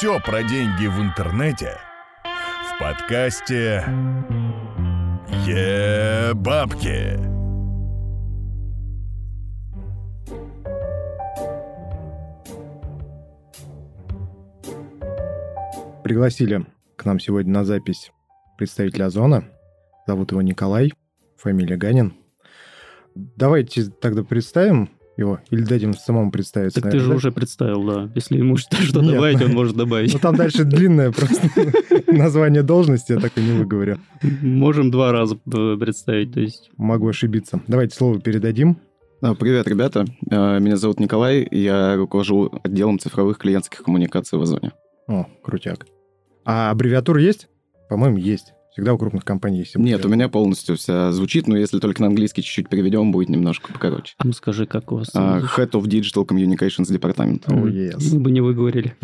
Все про деньги в интернете в подкасте «Е-бабки». Пригласили к нам сегодня на запись представителя Озона. Зовут его Николай, фамилия Ганин. Давайте тогда представим его, или дадим самому представиться. Так наверное, ты же уже представил, да. Если ему что добавить, он может добавить. Ну, там дальше длинное просто название должности, я так и не выговорю. Можем 2 раза представить, то есть. Могу ошибиться. Давайте слово передадим. Привет, ребята. Меня зовут Николай, я руковожу отделом цифровых клиентских коммуникаций в Озоне. О, крутяк. А аббревиатура есть? По-моему, есть. Всегда у крупных компаний есть. Нет, у меня полностью вся звучит, но если только на английский чуть-чуть переведем, будет немножко покороче. Ну, скажи, как у вас? Head of Digital Communications Department. О, yes. Мы бы не выговорили.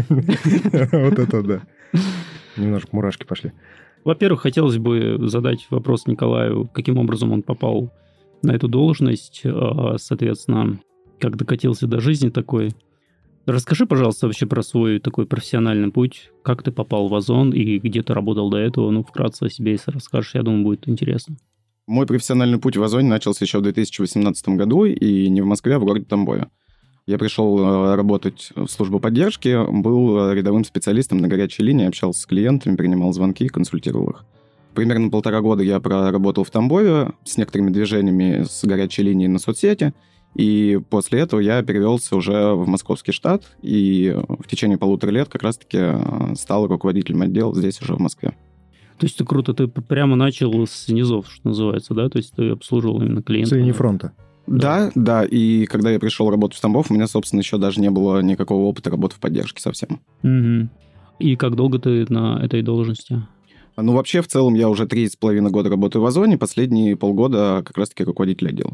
Вот это да. Немножко мурашки пошли. Во-первых, хотелось бы задать вопрос Николаю, каким образом он попал на эту должность, соответственно, как докатился до жизни такой. Расскажи, пожалуйста, вообще про свой такой профессиональный путь, как ты попал в Озон и где ты работал до этого. Ну, вкратце о себе, если расскажешь, я думаю, будет интересно. Мой профессиональный путь в Озоне начался еще в 2018 году, и не в Москве, а в городе Тамбове. Я пришел работать в службу поддержки, был рядовым специалистом на горячей линии, общался с клиентами, принимал звонки, консультировал их. Примерно 1,5 года я проработал в Тамбове с некоторыми движениями с горячей линии на соцсети, и после этого я перевелся уже в московский штат, и в течение 1,5 лет как раз-таки стал руководителем отдела здесь уже в Москве. То есть это круто, ты прямо начал с низов, что называется, да? То есть ты обслуживал именно клиентов. С линии фронта. Да, и когда я пришел работать в Тамбов, у меня, собственно, еще даже не было никакого опыта работы в поддержке совсем. Угу. И как долго ты на этой должности? Ну, вообще, в целом, я уже 3,5 года работаю в Озоне, последние полгода как раз-таки руководитель отдела.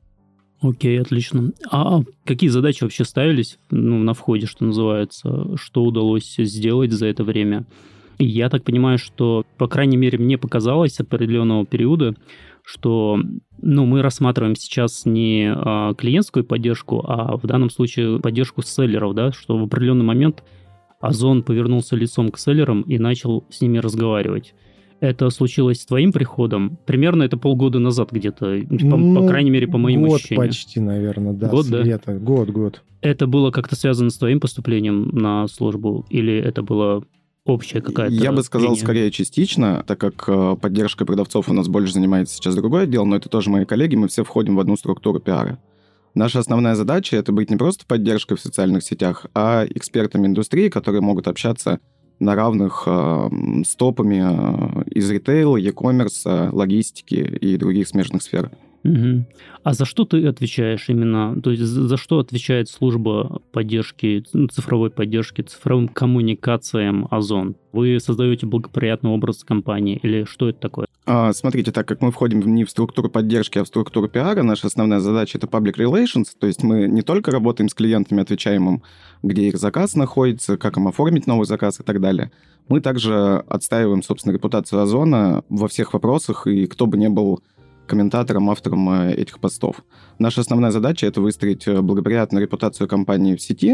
Окей, отлично. А какие задачи вообще ставились на входе, что называется? Что удалось сделать за это время? И я так понимаю, что, по крайней мере, мне показалось с определенного периода, что мы рассматриваем сейчас не клиентскую поддержку, а в данном случае поддержку селлеров, да, что в определенный момент Озон повернулся лицом к селлерам и начал с ними разговаривать. Это случилось с твоим приходом? Примерно это полгода назад где-то, по крайней мере, по моим ощущениям. Год почти, наверное, да. Год, да? Лето. Год. Это было как-то связано с твоим поступлением на службу? Или это было общая какая-то Я бы сказал, линия? скорее частично, так как поддержкой продавцов у нас больше занимается сейчас другое отдел, но это тоже мои коллеги, мы все входим в одну структуру пиара. Наша основная задача — это быть не просто поддержкой в социальных сетях, а экспертами индустрии, которые могут общаться на равных с топами из ритейла, e-commerce, логистики и других смежных сфер. Угу. А за что ты отвечаешь именно? То есть за что отвечает служба поддержки, цифровой поддержки, цифровым коммуникациям Озон? Вы создаете благоприятный образ компании или что это такое? Смотрите, так как мы входим не в структуру поддержки, а в структуру пиара, наша основная задача — это public relations, то есть мы не только работаем с клиентами, отвечаем им, где их заказ находится, как им оформить новый заказ и так далее. Мы также отстаиваем, собственно, репутацию Озона во всех вопросах, и кто бы ни был комментатором, автором этих постов. Наша основная задача — это выстроить благоприятную репутацию компании в сети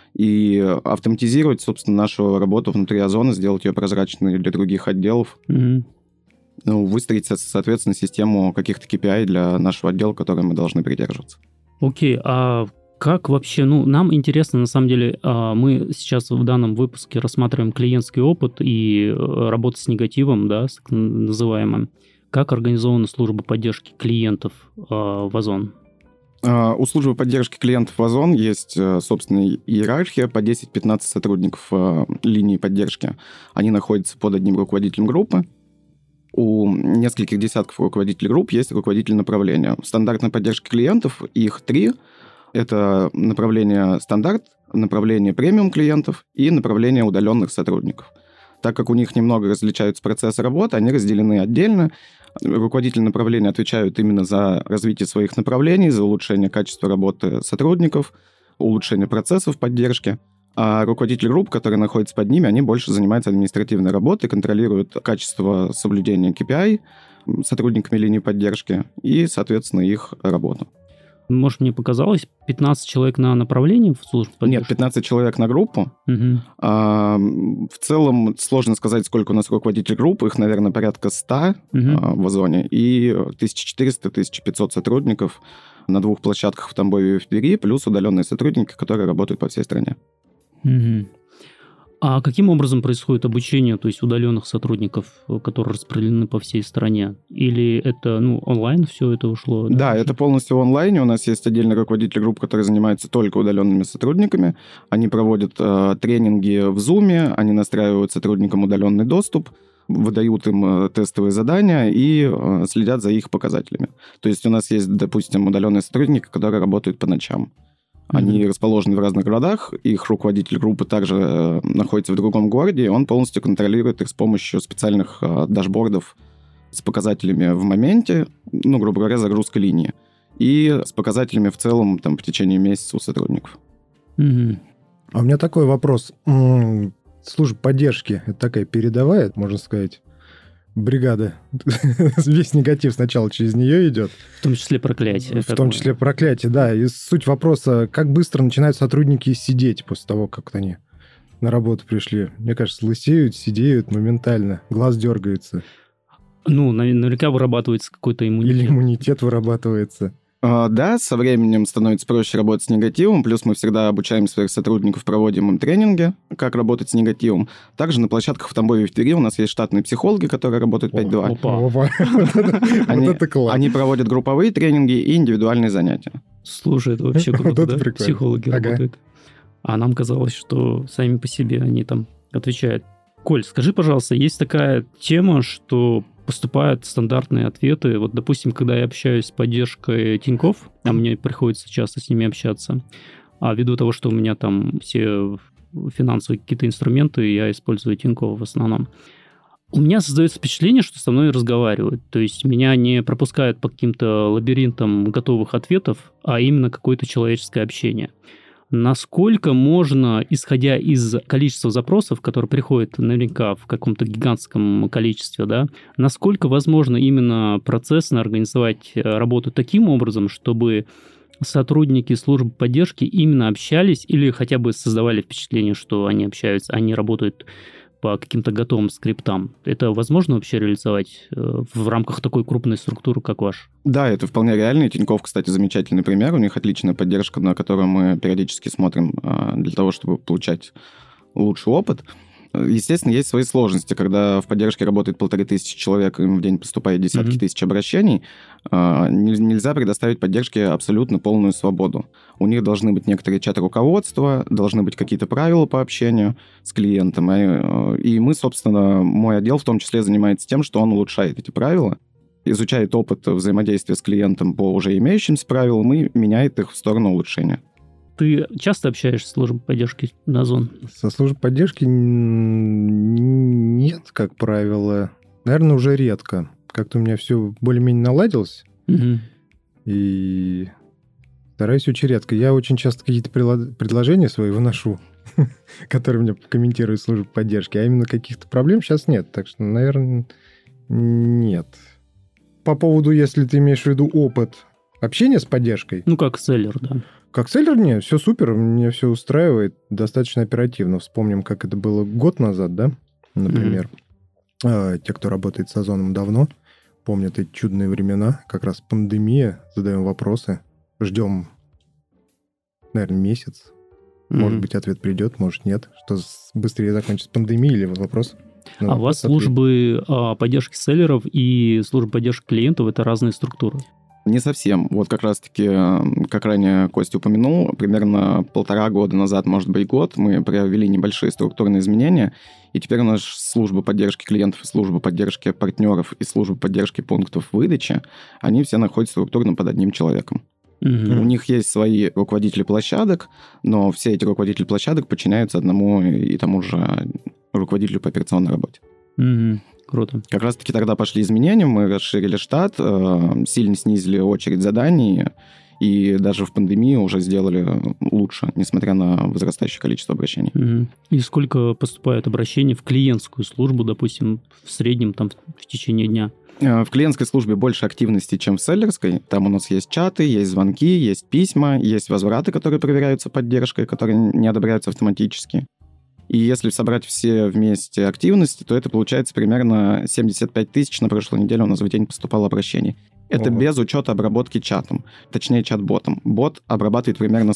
и автоматизировать, собственно, нашу работу внутри Озона, сделать ее прозрачной для других отделов. Угу. Выстроить, соответственно, систему каких-то KPI для нашего отдела, которой мы должны придерживаться. Окей, а как вообще, нам интересно, на самом деле, мы сейчас в данном выпуске рассматриваем клиентский опыт и работу с негативом, да, так называемым. Как организована служба поддержки клиентов в Озон? У службы поддержки клиентов в Озон есть, собственно, иерархия по 10-15 сотрудников линии поддержки. Они находятся под одним руководителем группы. У нескольких десятков руководителей групп есть руководитель направления. В стандартной поддержке клиентов их 3. Это направление стандарт, направление премиум клиентов и направление удаленных сотрудников. Так как у них немного различаются процессы работы, они разделены отдельно. Руководители направления отвечают именно за развитие своих направлений, за улучшение качества работы сотрудников, улучшение процессов поддержки. А руководители групп, которые находятся под ними, они больше занимаются административной работой, контролируют качество соблюдения KPI сотрудниками линии поддержки и, соответственно, их работу. Может, мне показалось, 15 человек на направлении в службу поддержки? Нет, 15 человек на группу. Угу. В целом, сложно сказать, сколько у нас руководителей группы. Их, наверное, порядка 100 в Озоне. И 1400-1500 сотрудников на 2 площадках в Тамбове и в Твери, плюс удаленные сотрудники, которые работают по всей стране. Угу. А каким образом происходит обучение, то есть удаленных сотрудников, которые распределены по всей стране? Или это онлайн все это ушло? Да, это полностью в онлайне. У нас есть отдельный руководитель групп, который занимается только удаленными сотрудниками. Они проводят тренинги в Zoom, они настраивают сотрудникам удаленный доступ, выдают им тестовые задания и следят за их показателями. То есть у нас есть, допустим, удаленные сотрудники, которые работают по ночам. Они расположены в разных городах, их руководитель группы также находится в другом городе, и он полностью контролирует их с помощью специальных дашбордов с показателями в моменте, грубо говоря, загрузка линии, и с показателями в целом в течение месяца у сотрудников. Угу. А у меня такой вопрос. Служба поддержки, это такая передовая, можно сказать, бригада. Весь негатив сначала через нее идет. В том числе проклятие. В том числе проклятие, да. И суть вопроса, как быстро начинают сотрудники сидеть после того, как они на работу пришли. Мне кажется, лысеют, сидеют моментально, глаз дергается. Наверняка вырабатывается какой-то иммунитет. Или иммунитет вырабатывается. Да, со временем становится проще работать с негативом, плюс мы всегда обучаем своих сотрудников, проводим им тренинги, как работать с негативом. Также на площадках в Тамбове и в Твери у нас есть штатные психологи, которые работают 5-2. Опа. Вот это класс. Они проводят групповые тренинги и индивидуальные занятия. Слушай, это вообще круто, да? Прикольно. Психологи работают. А нам казалось, что сами по себе они там отвечают. Коль, скажи, пожалуйста, есть такая тема, что поступают стандартные ответы. Вот, допустим, когда я общаюсь с поддержкой Тинькофф, а мне приходится часто с ними общаться, а ввиду того, что у меня там все финансовые какие-то инструменты, я использую Тинькофф в основном, у меня создается впечатление, что со мной разговаривают. То есть меня не пропускают по каким-то лабиринтам готовых ответов, а именно какое-то человеческое общение. Насколько можно, исходя из количества запросов, которые приходят наверняка в каком-то гигантском количестве, да, насколько возможно именно процессно организовать работу таким образом, чтобы сотрудники службы поддержки именно общались или хотя бы создавали впечатление, что они общаются, они работают по каким-то готовым скриптам. Это возможно вообще реализовать в рамках такой крупной структуры, как ваш? Да, это вполне реально. И Тинькофф, кстати, замечательный пример. У них отличная поддержка, на которую мы периодически смотрим для того, чтобы получать лучший опыт. Естественно, есть свои сложности. Когда в поддержке работает 1500 человек, им в день поступает десятки тысяч обращений, нельзя предоставить поддержке абсолютно полную свободу. У них должны быть некоторые чаты руководства, должны быть какие-то правила по общению с клиентом. И мы, собственно, мой отдел в том числе занимается тем, что он улучшает эти правила, изучает опыт взаимодействия с клиентом по уже имеющимся правилам и меняет их в сторону улучшения. Ты часто общаешься с службой поддержки на Озон? Со службой поддержки нет, как правило. Наверное, уже редко. Как-то у меня все более-менее наладилось. Угу. И стараюсь очень редко. Я очень часто какие-то предложения свои выношу, которые мне комментирует служба поддержки, а именно каких-то проблем сейчас нет. Так что, наверное, нет. По поводу, если ты имеешь в виду опыт общения с поддержкой. Как селлер, да. Как селлер, нет, все супер, мне все устраивает достаточно оперативно. Вспомним, как это было год назад, да, например. Те, кто работает с Озоном давно, помнят эти чудные времена, как раз пандемия, задаем вопросы, ждем, наверное, месяц. Может быть, ответ придет, может, нет. Что быстрее закончится пандемия или вопрос? А у вас службы поддержки селлеров и службы поддержки клиентов – это разные структуры? Не совсем. Вот как раз-таки, как ранее Костя упомянул, примерно 1,5 года назад, может быть, год, мы провели небольшие структурные изменения, и теперь у нас служба поддержки клиентов, служба поддержки партнеров и служба поддержки пунктов выдачи, они все находятся структурно под одним человеком. У них есть свои руководители площадок, но все эти руководители площадок подчиняются одному и тому же руководителю по операционной работе. Круто. Как раз-таки тогда пошли изменения, мы расширили штат, сильно снизили очередь заданий, и даже в пандемии уже сделали лучше, несмотря на возрастающее количество обращений. И сколько поступает обращений в клиентскую службу, допустим, в среднем там в течение дня? В клиентской службе больше активности, чем в селлерской. Там у нас есть чаты, есть звонки, есть письма, есть возвраты, которые проверяются поддержкой, которые не одобряются автоматически. И если собрать все вместе активности, то это получается примерно 75 тысяч на прошлой неделе у нас в день поступало обращений. Это без учета обработки чатом, точнее чат-ботом. Бот обрабатывает примерно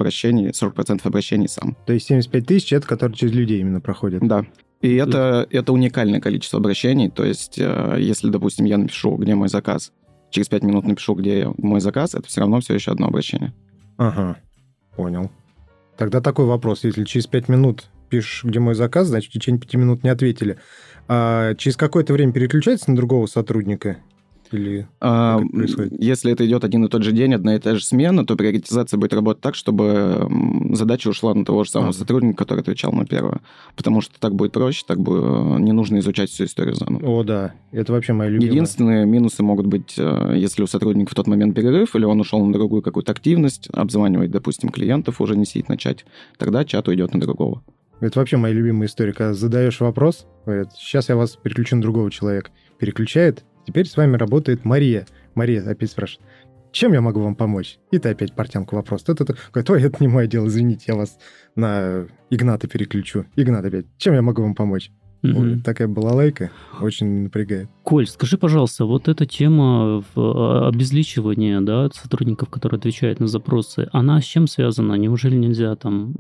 40% обращений сам. То есть 75 тысяч — это которые через людей именно проходят? Да. И это уникальное количество обращений. То есть, если, допустим, я напишу, где мой заказ, через 5 минут напишу, где мой заказ, это все равно все еще одно обращение. Ага, понял. Тогда такой вопрос. Если через 5 минут пишешь, где мой заказ, значит, в течение 5 минут не ответили. А через какое-то время переключается на другого сотрудника? Или как это происходит? Если это идет один и тот же день, одна и та же смена, то приоритизация будет работать так, чтобы задача ушла на того же самого сотрудника, который отвечал на первое. Потому что так будет проще, так бы не нужно изучать всю историю заново. О, да. Это вообще моя любимая. Единственные минусы могут быть, если у сотрудника в тот момент перерыв, или он ушел на другую какую-то активность, обзванивает, допустим, клиентов, уже не сидит на чате, тогда чат уйдет на другого. Это вообще моя любимая история. Когда задаешь вопрос, говорят, сейчас я вас переключу на другого человека. Переключает. Теперь с вами работает Мария. Мария опять спрашивает, чем я могу вам помочь? И ты опять портянку вопрос. Говорит, ой, это не мое дело, извините, я вас на Игната переключу. Игнат опять, чем я могу вам помочь? Ой, такая балалайка очень напрягает. Коль, скажи, пожалуйста, вот эта тема обезличивания, да, сотрудников, которые отвечают на запросы, она с чем связана? Неужели нельзя там,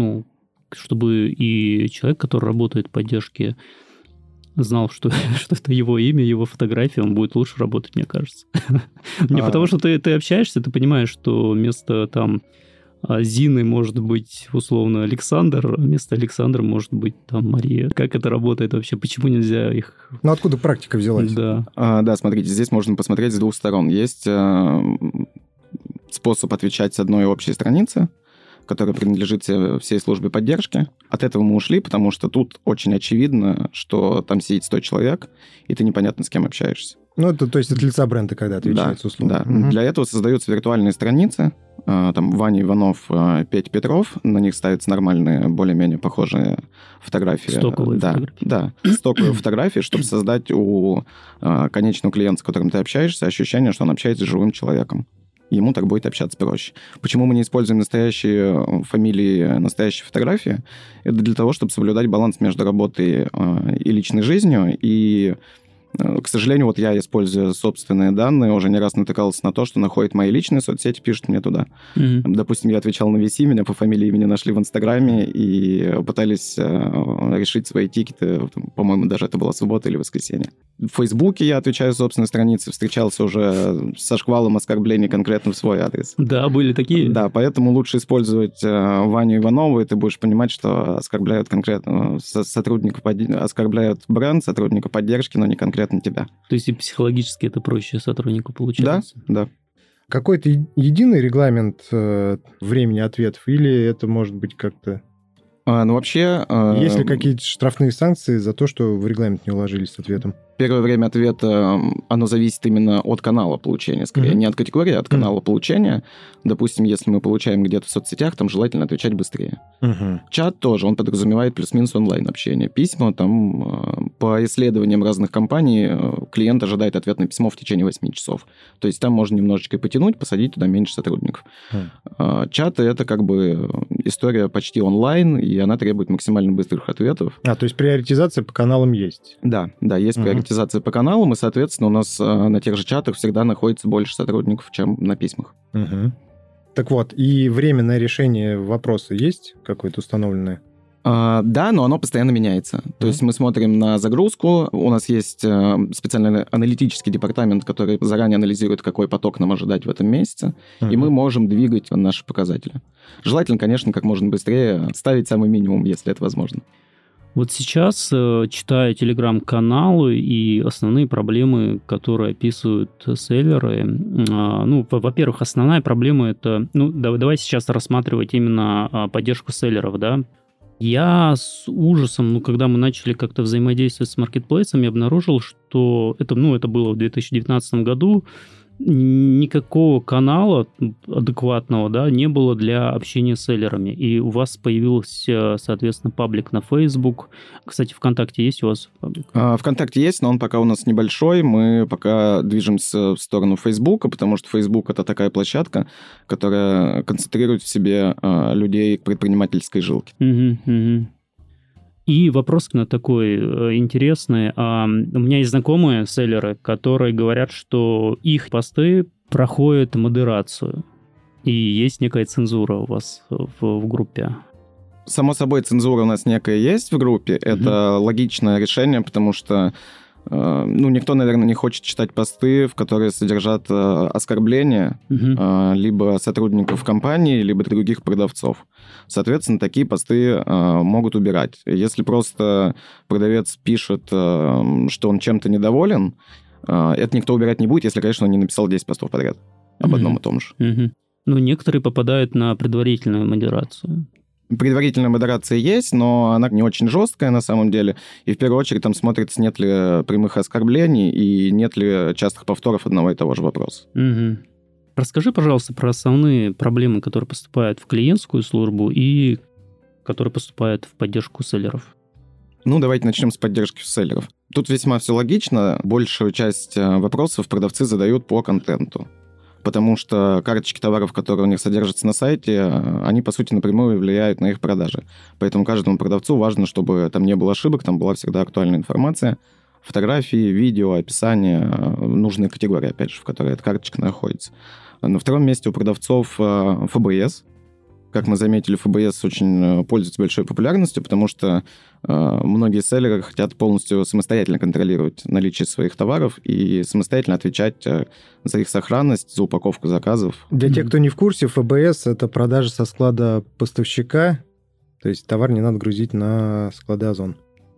чтобы и человек, который работает в поддержке, знал, что это его имя, его фотография, он будет лучше работать, мне кажется. Не потому что ты общаешься, ты понимаешь, что вместо там Зины может быть условно Александр, а вместо Александра может быть там Мария. Как это работает вообще? Почему нельзя их... откуда практика взялась? Да. Да, смотрите, здесь можно посмотреть с двух сторон. Есть способ отвечать с одной общей страницы, которая принадлежит всей службе поддержки. От этого мы ушли, потому что тут очень очевидно, что там сидит 100 человек, и ты непонятно с кем общаешься. То есть от лица бренда, когда отвечается условно. Да, Для этого создаются виртуальные страницы. Там Ваня Иванов, Петя Петров, на них ставятся нормальные, более-менее похожие фотографии. Стоковые фотографии. Да, стоковые фотографии, чтобы создать у конечного клиента, с которым ты общаешься, ощущение, что он общается с живым человеком. Ему так будет общаться проще. Почему мы не используем настоящие фамилии, настоящие фотографии? Это для того, чтобы соблюдать баланс между работой и личной жизнью. И, к сожалению, я использую собственные данные, уже не раз натыкался на то, что находит мои личные соцсети, пишут мне туда. Допустим, я отвечал на VC, меня по фамилии меня нашли в Инстаграме и пытались решить свои тикеты. По-моему, даже это была суббота или воскресенье. В Фейсбуке я отвечаю собственной странице, встречался уже со шквалом оскорблений конкретно в свой адрес. Да, были такие. Да, поэтому лучше использовать Ваню Иванову, и ты будешь понимать, что оскорбляют конкретно сотрудников, оскорбляют бренд сотрудника поддержки, но не конкретно тебя. То есть и психологически это проще сотруднику получается? Да. Какой-то единый регламент времени ответов, или это может быть как-то... Вообще... Есть ли какие-то штрафные санкции за то, что в регламент не уложились с ответом? Первое время ответа, оно зависит именно от канала получения, скорее. Не от категории, а от канала получения. Допустим, если мы получаем где-то в соцсетях, там желательно отвечать быстрее. Чат тоже, он подразумевает плюс-минус онлайн-общение. Письма, там, по исследованиям разных компаний, клиент ожидает ответ на письмо в течение 8 часов. То есть там можно немножечко потянуть, посадить туда меньше сотрудников. Чаты — это как бы история почти онлайн, и она требует максимально быстрых ответов. То есть приоритизация по каналам есть? Да, есть приоритизация по каналам, и, соответственно, у нас на тех же чатах всегда находится больше сотрудников, чем на письмах. Так вот, и время на решение вопроса есть какое-то установленное? Да, но оно постоянно меняется. То есть мы смотрим на загрузку, у нас есть специальный аналитический департамент, который заранее анализирует, какой поток нам ожидать в этом месяце, и мы можем двигать наши показатели. Желательно, конечно, как можно быстрее ставить самый минимум, если это возможно. Вот сейчас, читая телеграм-каналы и основные проблемы, которые описывают селлеры, во-первых, основная проблема это, давай сейчас рассматривать именно поддержку селлеров, да. Я с ужасом, когда мы начали как-то взаимодействовать с маркетплейсами, обнаружил, что это было в 2019 году, никакого канала адекватного, да, не было для общения с селлерами. И у вас появился, соответственно, паблик на Facebook. Кстати, ВКонтакте есть у вас паблик? ВКонтакте есть, но он пока у нас небольшой. Мы пока движемся в сторону Фейсбука, потому что Facebook — это такая площадка, которая концентрирует в себе людей к предпринимательской жилке. И вопрос такой интересный. У меня есть знакомые селлеры, которые говорят, что их посты проходят модерацию. И есть некая цензура у вас в группе. Само собой, цензура у нас некая есть в группе. Это логичное решение, потому что никто, наверное, не хочет читать посты, в которые содержат оскорбления либо сотрудников компании, либо других продавцов. Соответственно, такие посты могут убирать. Если просто продавец пишет, что он чем-то недоволен, это никто убирать не будет, если, конечно, он не написал 10 постов подряд об одном и том же. Но некоторые попадают на предварительную модерацию. Предварительная модерация есть, но она не очень жесткая на самом деле. И в первую очередь там смотрится, нет ли прямых оскорблений и нет ли частых повторов одного и того же вопроса. Расскажи, пожалуйста, про основные проблемы, которые поступают в клиентскую службу и которые поступают в поддержку селлеров. Давайте начнем с поддержки селлеров. Тут весьма все логично. Большую часть вопросов продавцы задают по контенту. Потому что карточки товаров, которые у них содержатся на сайте, они, по сути, напрямую влияют на их продажи. Поэтому каждому продавцу важно, чтобы там не было ошибок, там была всегда актуальная информация, фотографии, видео, описание, нужные категории, опять же, в которой эта карточка находится. На втором месте у продавцов ФБС. Как мы заметили, ФБС очень пользуется большой популярностью, потому что многие селлеры хотят полностью самостоятельно контролировать наличие своих товаров и самостоятельно отвечать за их сохранность, за упаковку заказов. Для тех, кто не в курсе, ФБС — это продажа со склада поставщика, то есть товар не надо грузить на склады Озон.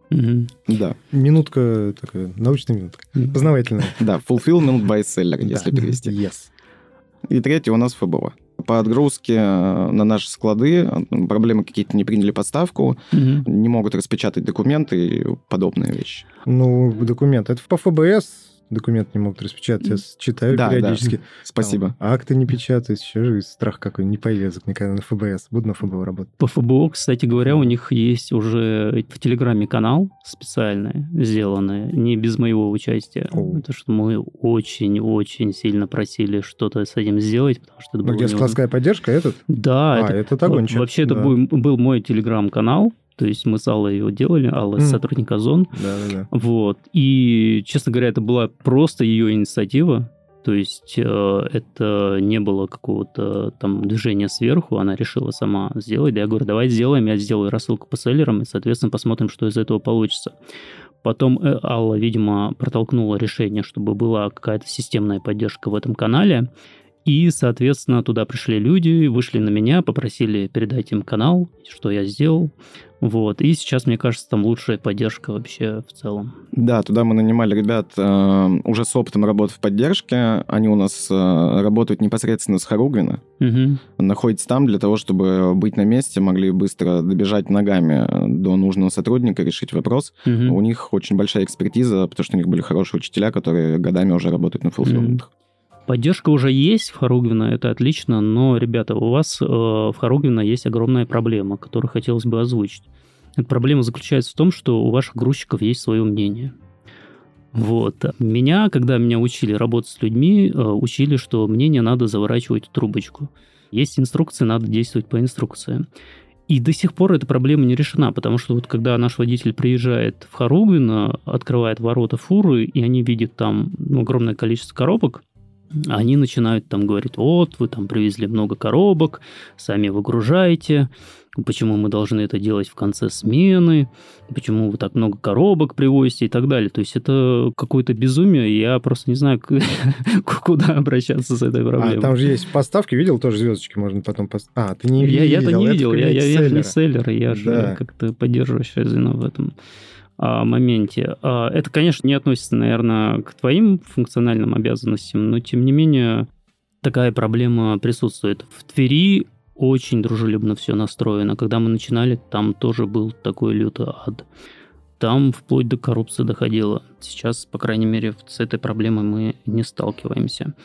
Да. Минутка такая, научная минутка, познавательная. Да, fulfillment by seller, если перевести. Yes. И третий у нас ФБО. По отгрузке на наши склады проблемы какие-то, не приняли поставку, не могут распечатать документы и подобные вещи. Документы. Это по ФБС документы не могут распечатать. Я читаю периодически. Да. Спасибо. Там, акты не печатают. Еще же страх какой, не полезок никогда на ФБС. Буду на ФБО работать. По ФБО, кстати говоря, у них есть уже в Телеграме канал специальный, сделанный, не без моего участия. Потому что мы очень-очень сильно просили что-то с этим сделать, потому что это было... Где складская поддержка этот? Да. это огонь. Вообще это был мой Телеграм-канал. То есть мы с Аллой его делали, Алла сотрудник Озон. Да. Вот. И, честно говоря, это была просто ее инициатива. То есть это не было какого-то там движения сверху, она решила сама сделать. Да, я говорю, давай сделаем, я сделаю рассылку по селлерам, и, соответственно, посмотрим, что из этого получится. Потом Алла, видимо, протолкнула решение, чтобы была какая-то системная поддержка в этом канале. И, соответственно, туда пришли люди, вышли на меня, попросили передать им канал, что я сделал. Вот. И сейчас, мне кажется, там лучшая поддержка вообще в целом. Да, туда мы нанимали ребят уже с опытом работы в поддержке. Они у нас работают непосредственно с Хоругвина. Находятся там для того, чтобы быть на месте, могли быстро добежать ногами до нужного сотрудника, решить вопрос. У них очень большая экспертиза, потому что у них были хорошие учителя, которые годами уже работают на фулфилментах. Поддержка уже есть в Хоругвино, это отлично, но, ребята, у вас в Хоругвино есть огромная проблема, которую хотелось бы озвучить. Эта проблема заключается в том, что у ваших грузчиков есть свое мнение. Вот. Когда меня учили работать с людьми, учили, что мнение надо заворачивать в трубочку. Есть инструкции, надо действовать по инструкции. И до сих пор эта проблема не решена, потому что вот когда наш водитель приезжает в Хоругвино, открывает ворота фуры, и они видят там огромное количество коробок, они начинают там говорить, вот, вы там привезли много коробок, сами выгружаете, почему мы должны это делать в конце смены, почему вы так много коробок привозите и так далее. То есть это какое-то безумие, я просто не знаю, куда обращаться с этой проблемой. Там же есть поставки, видел, тоже звездочки можно потом поставить. Ты не видел. Я-то не видел, я же не селлер, я же как-то поддерживающее звено в этом моменте. Это, конечно, не относится, наверное, к твоим функциональным обязанностям, но, тем не менее, такая проблема присутствует. В Твери очень дружелюбно все настроено. Когда мы начинали, там тоже был такой лютый ад. Там вплоть до коррупции доходило. Сейчас, по крайней мере, с этой проблемой мы не сталкиваемся.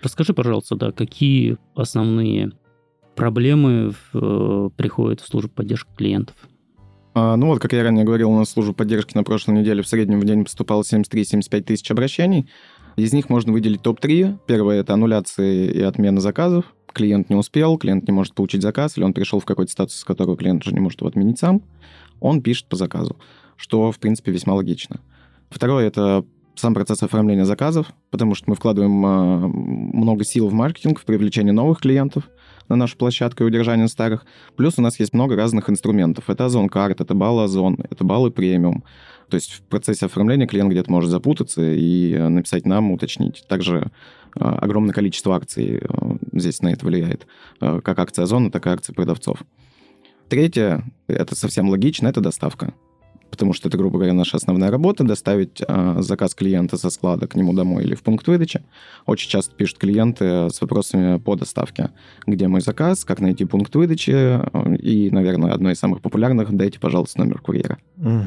Расскажи, пожалуйста, да, какие основные проблемы приходят в службу поддержки клиентов? Ну вот, как я ранее говорил, у нас в службу поддержки на прошлой неделе в среднем в день поступало 73-75 тысяч обращений. Из них можно выделить топ-3. Первое – это аннуляции и отмена заказов. Клиент не успел, клиент не может получить заказ, или он пришел в какой-то статус, с которого клиент уже не может его отменить сам. Он пишет по заказу, что, в принципе, весьма логично. Второе – это сам процесс оформления заказов, потому что мы вкладываем много сил в маркетинг, в привлечение новых клиентов на нашу площадку и удержание старых. Плюс у нас есть много разных инструментов. Это Озон-карт, это баллы Озон, это баллы премиум. То есть в процессе оформления клиент где-то может запутаться и написать нам, уточнить. Также огромное количество акций здесь на это влияет. Как акция Озона, так и акции продавцов. Третье, это совсем логично, это доставка. Потому что это, грубо говоря, наша основная работа — доставить заказ клиента со склада к нему домой или в пункт выдачи. Очень часто пишут клиенты с вопросами по доставке. Где мой заказ, как найти пункт выдачи и, наверное, одно из самых популярных — дайте, пожалуйста, номер курьера.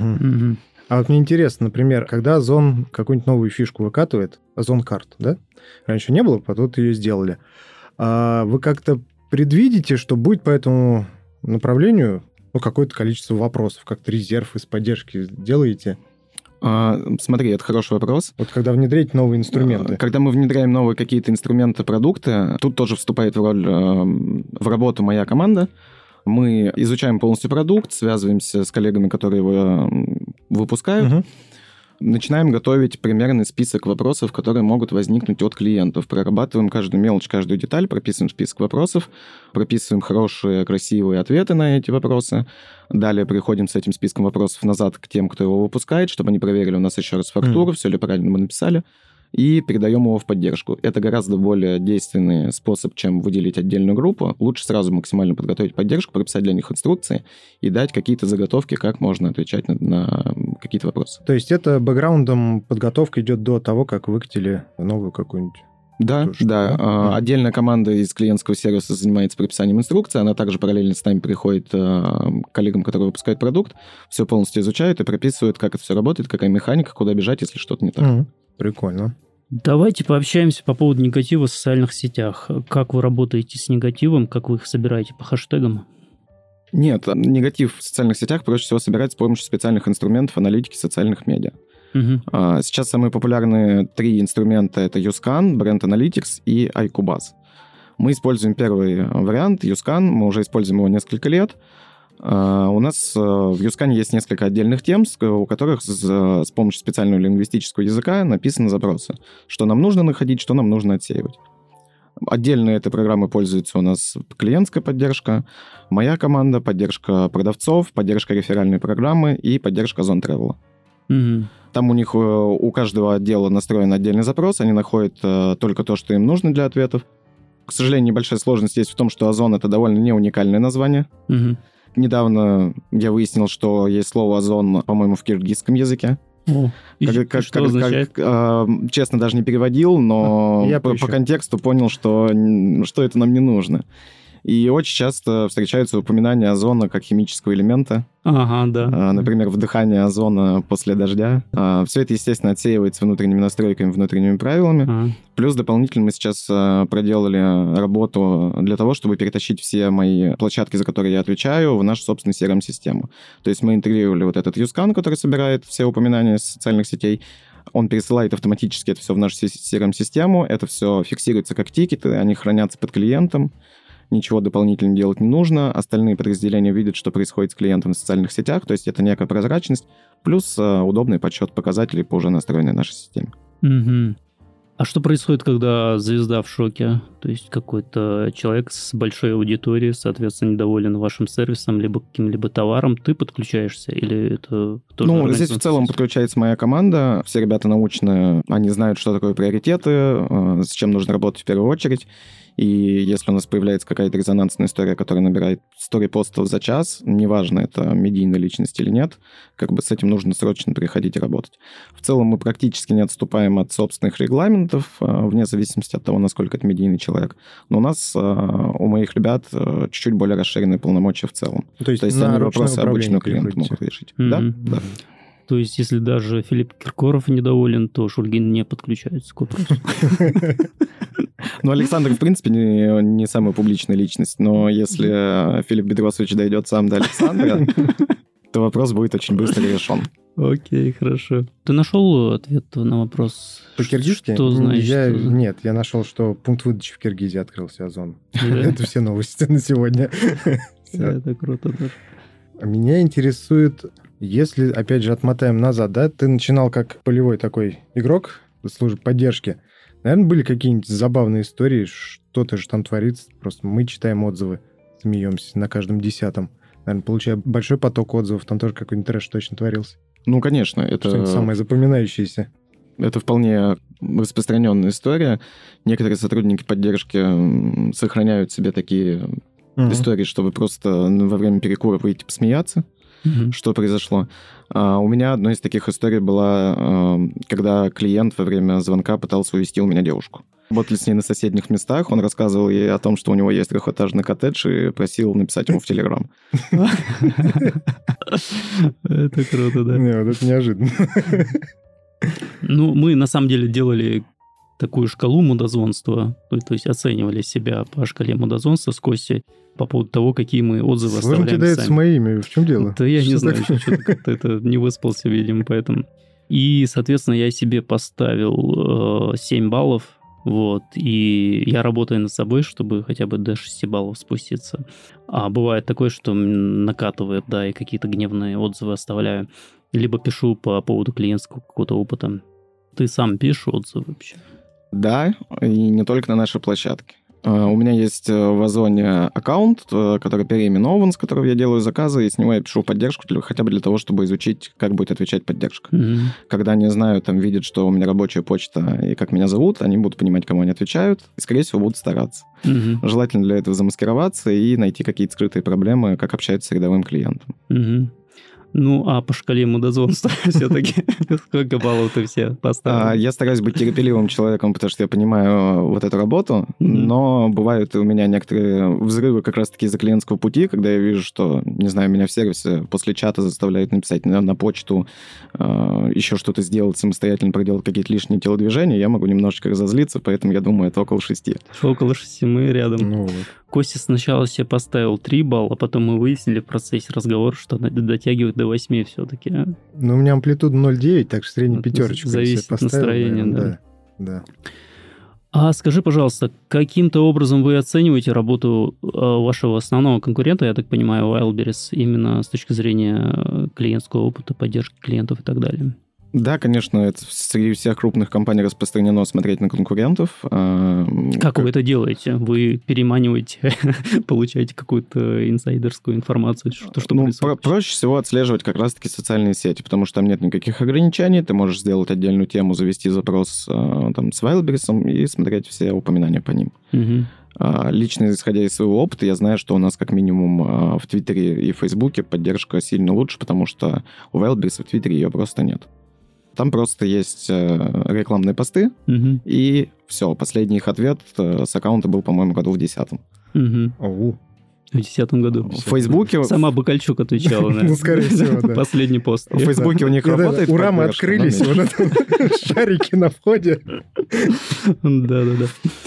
А вот мне интересно, например, когда Озон какую-нибудь новую фишку выкатывает, Озон-карт, да? Раньше не было, потом ее сделали. А вы как-то предвидите, что будет по этому направлению какое-то количество вопросов, как-то резерв из поддержки делаете? Смотри, это хороший вопрос. Вот когда внедряете новые инструменты. Когда мы внедряем новые какие-то инструменты, продукты, тут тоже вступает в работу моя команда. Мы изучаем полностью продукт, связываемся с коллегами, которые его выпускают, начинаем готовить примерный список вопросов, которые могут возникнуть от клиентов. Прорабатываем каждую мелочь, каждую деталь, прописываем список вопросов, прописываем хорошие, красивые ответы на эти вопросы. Далее приходим с этим списком вопросов назад к тем, кто его выпускает, чтобы они проверили у нас еще раз фактуру, все ли правильно мы написали, и передаем его в поддержку. Это гораздо более действенный способ, чем выделить отдельную группу. Лучше сразу максимально подготовить поддержку, прописать для них инструкции и дать какие-то заготовки, как можно отвечать на какие-то вопросы. То есть это бэкграундом подготовка идет до того, как выкатили новую какую-нибудь... Да. Отдельная команда из клиентского сервиса занимается прописанием инструкции, она также параллельно с нами приходит к коллегам, которые выпускают продукт, все полностью изучают и прописывают, как это все работает, какая механика, куда бежать, если что-то не так. Прикольно. Давайте пообщаемся по поводу негатива в социальных сетях. Как вы работаете с негативом, как вы их собираете по хэштегам? Нет, негатив в социальных сетях проще всего собирать с помощью специальных инструментов аналитики социальных медиа. Сейчас самые популярные 3 инструмента — это YouScan, Brand Analytics и iCubase. Мы используем первый вариант, YouScan, мы уже используем его несколько лет. У нас в YouScan есть несколько отдельных тем, у которых с помощью специального лингвистического языка написаны запросы. Что нам нужно находить, что нам нужно отсеивать. Отдельно этой программой пользуется у нас клиентская поддержка, моя команда, поддержка продавцов, поддержка реферальной программы и поддержка Озон Travel. Там у них у каждого отдела настроен отдельный запрос, они находят только то, что им нужно для ответов. К сожалению, небольшая сложность есть в том, что Озон — это довольно не уникальное название. Недавно я выяснил, что есть слово «озон», по-моему, в киргизском языке. Что означает? Честно, даже не переводил, но по контексту понял, что это нам не нужно. И очень часто встречаются упоминания озона как химического элемента. Например, вдыхание озона после дождя. Все это, естественно, отсеивается внутренними настройками, внутренними правилами. Плюс дополнительно мы сейчас проделали работу для того, чтобы перетащить все мои площадки, за которые я отвечаю, в нашу собственную CRM-систему. То есть мы интегрировали вот этот YouScan, который собирает все упоминания из социальных сетей. Он пересылает автоматически это все в нашу CRM-систему. Это все фиксируется как тикеты, они хранятся под клиентом. Ничего дополнительно делать не нужно. Остальные подразделения видят, что происходит с клиентом в социальных сетях, то есть это некая прозрачность, плюс удобный подсчет показателей по уже настроенной нашей системе. А что происходит, когда звезда в шоке? То есть какой-то человек с большой аудиторией, соответственно, недоволен вашим сервисом, либо каким-либо товаром, ты подключаешься? Или это тоже... Здесь в целом подключается моя команда. Все ребята научные, они знают, что такое приоритеты, с чем нужно работать в первую очередь. И если у нас появляется какая-то резонансная история, которая набирает 100 репостов за час, неважно, это медийная личность или нет, с этим нужно срочно переходить и работать. В целом мы практически не отступаем от собственных регламентов, вне зависимости от того, насколько это медийный человек. Но у нас, у моих ребят, чуть-чуть более расширенные полномочия в целом. То есть они вопросы обычного клиента могут решить. Да. То есть если даже Филипп Киркоров недоволен, то Шульгин не подключается к вопросу. Ну, Александр, в принципе, не самая публичная личность, но если Филипп Бедросович дойдет сам до Александра, то вопрос будет очень быстро решен. Окей, хорошо. Ты нашел ответ на вопрос? По-киргизски? Что значит? Нет, я нашел, что пункт выдачи в Киргизии открылся Озон. Это все новости на сегодня. Это круто тоже. Меня интересует, если, опять же, отмотаем назад, да, ты начинал как полевой такой игрок службы поддержки. Наверное, были какие-нибудь забавные истории, что-то же там творится. Просто мы читаем отзывы, смеемся на каждом 10-м. Наверное, получая большой поток отзывов, там тоже какой-нибудь трэш точно творился. Ну, конечно, это... Что-нибудь самое запоминающееся. Это вполне распространенная история. Некоторые сотрудники поддержки сохраняют себе такие истории, чтобы просто во время перекура выйти посмеяться, что произошло. У меня одной из таких историй была, когда клиент во время звонка пытался увезти у меня девушку. Работали с ней на соседних местах, он рассказывал ей о том, что у него есть трехэтажный коттедж, и просил написать ему в Телеграм. Это круто, да. Не, вот это неожиданно. Ну, мы на самом деле делали такую шкалу мудозвонства, то есть оценивали себя по шкале мудозвонства с Костей по поводу того, какие мы отзывы Сложно оставляем кидать сами. с моими, в чем дело? Да я не знаю, что-то как-то это не выспался, видимо, поэтому. И, соответственно, я себе поставил 7 баллов, вот, и я работаю над собой, чтобы хотя бы до 6 баллов спуститься. А бывает такое, что накатывает, да, и какие-то гневные отзывы оставляю. Либо пишу по поводу клиентского какого-то опыта. Ты сам пишешь отзывы вообще? Да, и не только на нашей площадке. У меня есть в Озоне аккаунт, который переименован, с которого я делаю заказы, и с него я пишу поддержку хотя бы для того, чтобы изучить, как будет отвечать поддержка. Когда они знают, там, видят, что у меня рабочая почта и как меня зовут, они будут понимать, кому они отвечают, и, скорее всего, будут стараться. Желательно для этого замаскироваться и найти какие-то скрытые проблемы, как общаться с рядовым клиентом. Ну, а по шкале мудозвонства все-таки сколько баллов ты все поставил? Я стараюсь быть терпеливым человеком, потому что я понимаю вот эту работу, но бывают у меня некоторые взрывы как раз-таки из-за клиентского пути, когда я вижу, что, не знаю, меня в сервисе после чата заставляют написать на почту, еще что-то сделать самостоятельно, проделать какие-то лишние телодвижения, я могу немножечко разозлиться, поэтому я думаю, это около 6. Около 6, мы рядом. Ну, вот. Костя сначала себе поставил 3 балла, потом мы выяснили в процессе разговора, что надо дотягивать до 8 все-таки. Ну, у меня амплитуда 0,9, так что средняя пятерочка. Зависит от настроения, наверное, да. А скажи, пожалуйста, каким-то образом вы оцениваете работу вашего основного конкурента, я так понимаю, Wildberries, именно с точки зрения клиентского опыта, поддержки клиентов и так далее? Да, конечно, это среди всех крупных компаний распространено смотреть на конкурентов. Как вы это делаете? Вы переманиваете, получаете какую-то инсайдерскую информацию? Что происходит? Проще всего отслеживать как раз-таки социальные сети, потому что там нет никаких ограничений. Ты можешь сделать отдельную тему, завести запрос там, с Wildberries и смотреть все упоминания по ним. Лично, исходя из своего опыта, я знаю, что у нас как минимум в Твиттере и Фейсбуке поддержка сильно лучше, потому что у Wildberries в Твиттере ее просто нет. Там просто есть рекламные посты, и все. Последний их ответ с аккаунта был, по-моему, году в 10-м. В 10-м году. В Фейсбуке... Сама Бакальчук отвечала на скорее всего, да. Последний пост. В Фейсбуке у них работает... У рамы открылись, вот это шарики на входе. Да.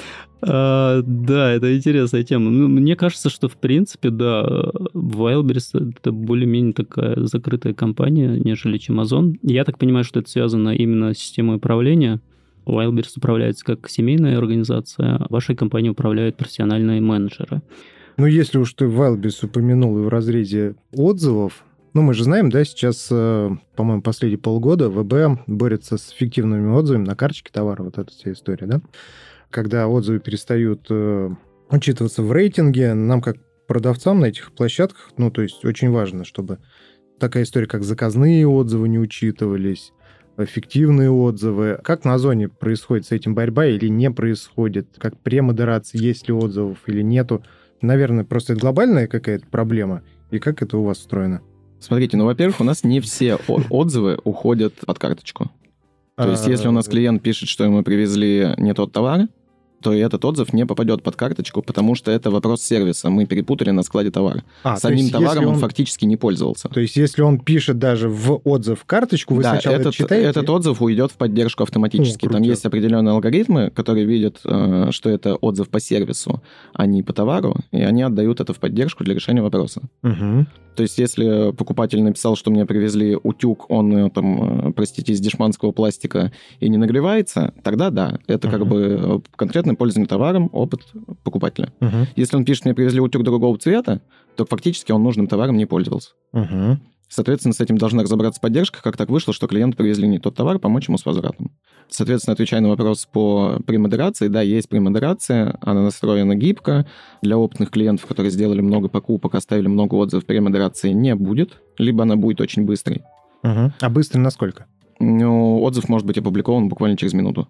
Да, это интересная тема. Мне кажется, что, в принципе, да, Wildberries — это более-менее такая закрытая компания, нежели чем Озон. Я так понимаю, что это связано именно с системой управления. Wildberries управляется как семейная организация, а вашей компанией управляют профессиональные менеджеры. Ну, если уж ты Wildberries упомянул и в разрезе отзывов, ну, мы же знаем, да, сейчас, по-моему, последние полгода ВБ борется с фиктивными отзывами на карточке товара, вот эта вся история, да? Когда отзывы перестают учитываться в рейтинге, нам, как продавцам на этих площадках, ну, то есть очень важно, чтобы такая история, как заказные отзывы не учитывались, фиктивные отзывы. Как на Озоне происходит с этим борьба или не происходит? Как премодерация, есть ли отзывов или нету? Наверное, просто это глобальная какая-то проблема. И как это у вас устроено? Смотрите, ну, во-первых, у нас не все отзывы уходят под карточку. То есть, если у нас клиент пишет, что ему привезли не тот товар, то этот отзыв не попадет под карточку, потому что это вопрос сервиса. Мы перепутали на складе товар. Самим товаром он фактически не пользовался. То есть, если он пишет даже в отзыв карточку, вы сначала это читаете? Этот отзыв уйдет в поддержку автоматически. Там есть определенные алгоритмы, которые видят, что это отзыв по сервису, а не по товару, и они отдают это в поддержку для решения вопроса. Угу. То есть, если покупатель написал, что мне привезли утюг, он, там, простите, из дешманского пластика и не нагревается, тогда да, это как бы конкретное пользование товаром, опыт покупателя. Если он пишет, мне привезли утюг другого цвета, то фактически он нужным товаром не пользовался. Соответственно, с этим должна разобраться поддержка, как так вышло, что клиенту привезли не тот товар, помочь ему с возвратом. Соответственно, отвечая на вопрос по премодерации, да, есть премодерация, она настроена гибко. Для опытных клиентов, которые сделали много покупок, оставили много отзывов, премодерации не будет, либо она будет очень быстрой. А быстрый насколько? Ну, отзыв может быть опубликован буквально через минуту.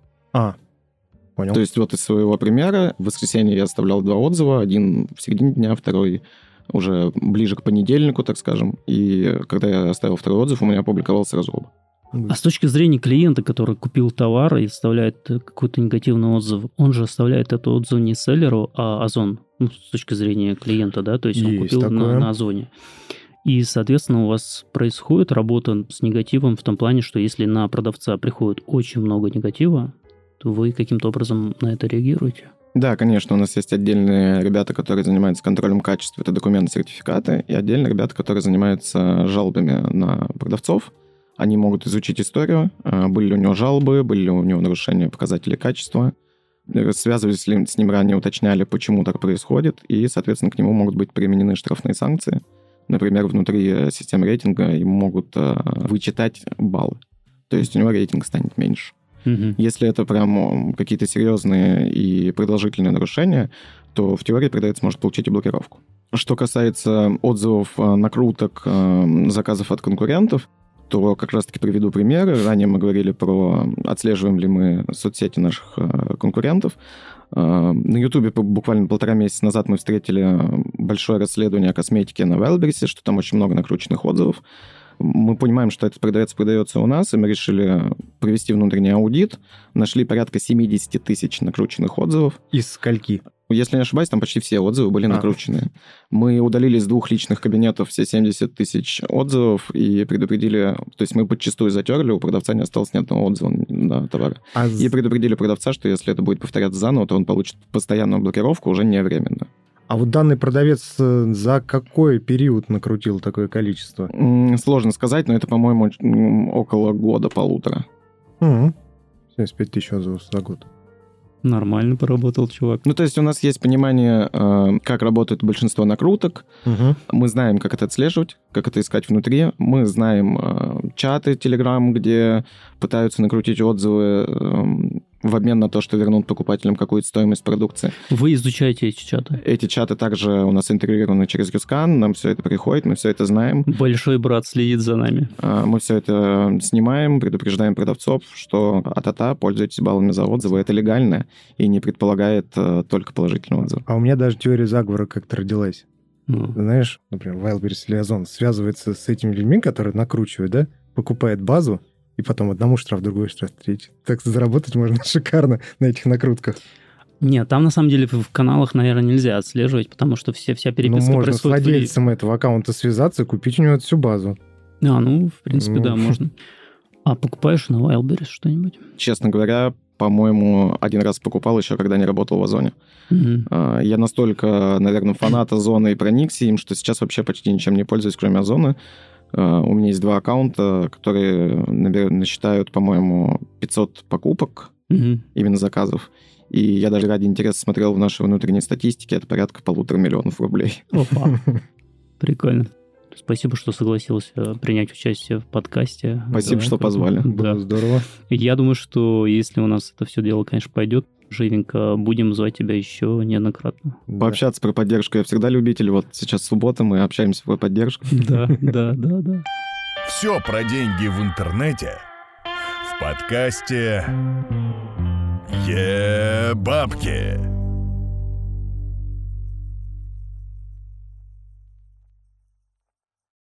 Понял. То есть вот из своего примера в воскресенье я оставлял 2 отзыва, один в середине дня, второй уже ближе к понедельнику, так скажем. И когда я оставил 2-й отзыв, у меня опубликовал сразу оба. А с точки зрения клиента, который купил товар и оставляет какой-то негативный отзыв, он же оставляет этот отзыв не селлеру, а Озон. Ну, с точки зрения клиента, да, то есть он купил на Озоне. И, соответственно, у вас происходит работа с негативом в том плане, что если на продавца приходит очень много негатива, то вы каким-то образом на это реагируете? Да, конечно, у нас есть отдельные ребята, которые занимаются контролем качества, это документы, сертификаты, и отдельные ребята, которые занимаются жалобами на продавцов. Они могут изучить историю, были ли у него жалобы, были ли у него нарушения показателей качества, связывались ли с ним ранее, уточняли, почему так происходит, и, соответственно, к нему могут быть применены штрафные санкции. Например, внутри системы рейтинга ему могут вычитать баллы, то есть у него рейтинг станет меньше. Если это прям какие-то серьезные и продолжительные нарушения, то в теории продавец может получить и блокировку. Что касается отзывов, накруток, заказов от конкурентов, то как раз-таки приведу примеры. Ранее мы говорили про отслеживаем ли мы соцсети наших конкурентов. На Ютубе буквально 1,5 месяца назад мы встретили большое расследование о косметике на Wildberries, что там очень много накрученных отзывов. Мы понимаем, что этот продавец продается у нас, и мы решили провести внутренний аудит. Нашли порядка 70 тысяч накрученных отзывов. Из скольки? Если не ошибаюсь, там почти все отзывы были накручены. Мы удалили из 2 личных кабинетов все 70 тысяч отзывов и предупредили... То есть мы подчистую затерли, у продавца не осталось ни одного отзыва на товар. И предупредили продавца, что если это будет повторяться заново, то он получит постоянную блокировку уже не временно. А вот данный продавец за какой период накрутил такое количество? Сложно сказать, но это, по-моему, около года-полутора. 75 тысяч отзывов за год. Нормально поработал, чувак. Ну, то есть у нас есть понимание, как работает большинство накруток. Мы знаем, как это отслеживать, как это искать внутри. Мы знаем чаты Telegram, где пытаются накрутить отзывы в обмен на то, что вернут покупателям какую-то стоимость продукции. Вы изучаете эти чаты? Эти чаты также у нас интегрированы через YouScan, нам все это приходит, мы все это знаем. Большой брат следит за нами. Мы все это снимаем, предупреждаем продавцов, что пользуйтесь баллами за отзывы, это легально и не предполагает только положительный отзыв. А у меня даже теория заговора как-то родилась. Знаешь, например, Wildberries или Озон связывается с этими людьми, которые накручивают, да, покупает базу, и потом одному штраф, другой штраф, третий. Так заработать можно шикарно на этих накрутках. Нет, там на самом деле в каналах, наверное, нельзя отслеживать, потому что вся переписка можно происходит... с владельцем этого аккаунта связаться, купить у него всю базу. В принципе, да, можно. А покупаешь на Wildberries что-нибудь? Честно говоря, по-моему, один раз покупал еще, когда не работал в Озоне. Я настолько, наверное, фанат Озона и проникся им, что сейчас вообще почти ничем не пользуюсь, кроме Озона. У меня есть 2 аккаунта, которые насчитают, по-моему, 500 покупок, именно заказов. И я даже ради интереса смотрел в нашей внутренней статистике, это порядка 1,5 миллиона рублей. Опа, прикольно. Спасибо, что согласился принять участие в подкасте. Спасибо, что позвали. Было здорово. Я думаю, что если у нас это все дело, конечно, пойдет, живенько, будем звать тебя еще неоднократно. Пообщаться про поддержку. Я всегда любитель. Вот сейчас суббота, мы общаемся про поддержку. Да. Все про деньги в интернете в подкасте «Ебабки».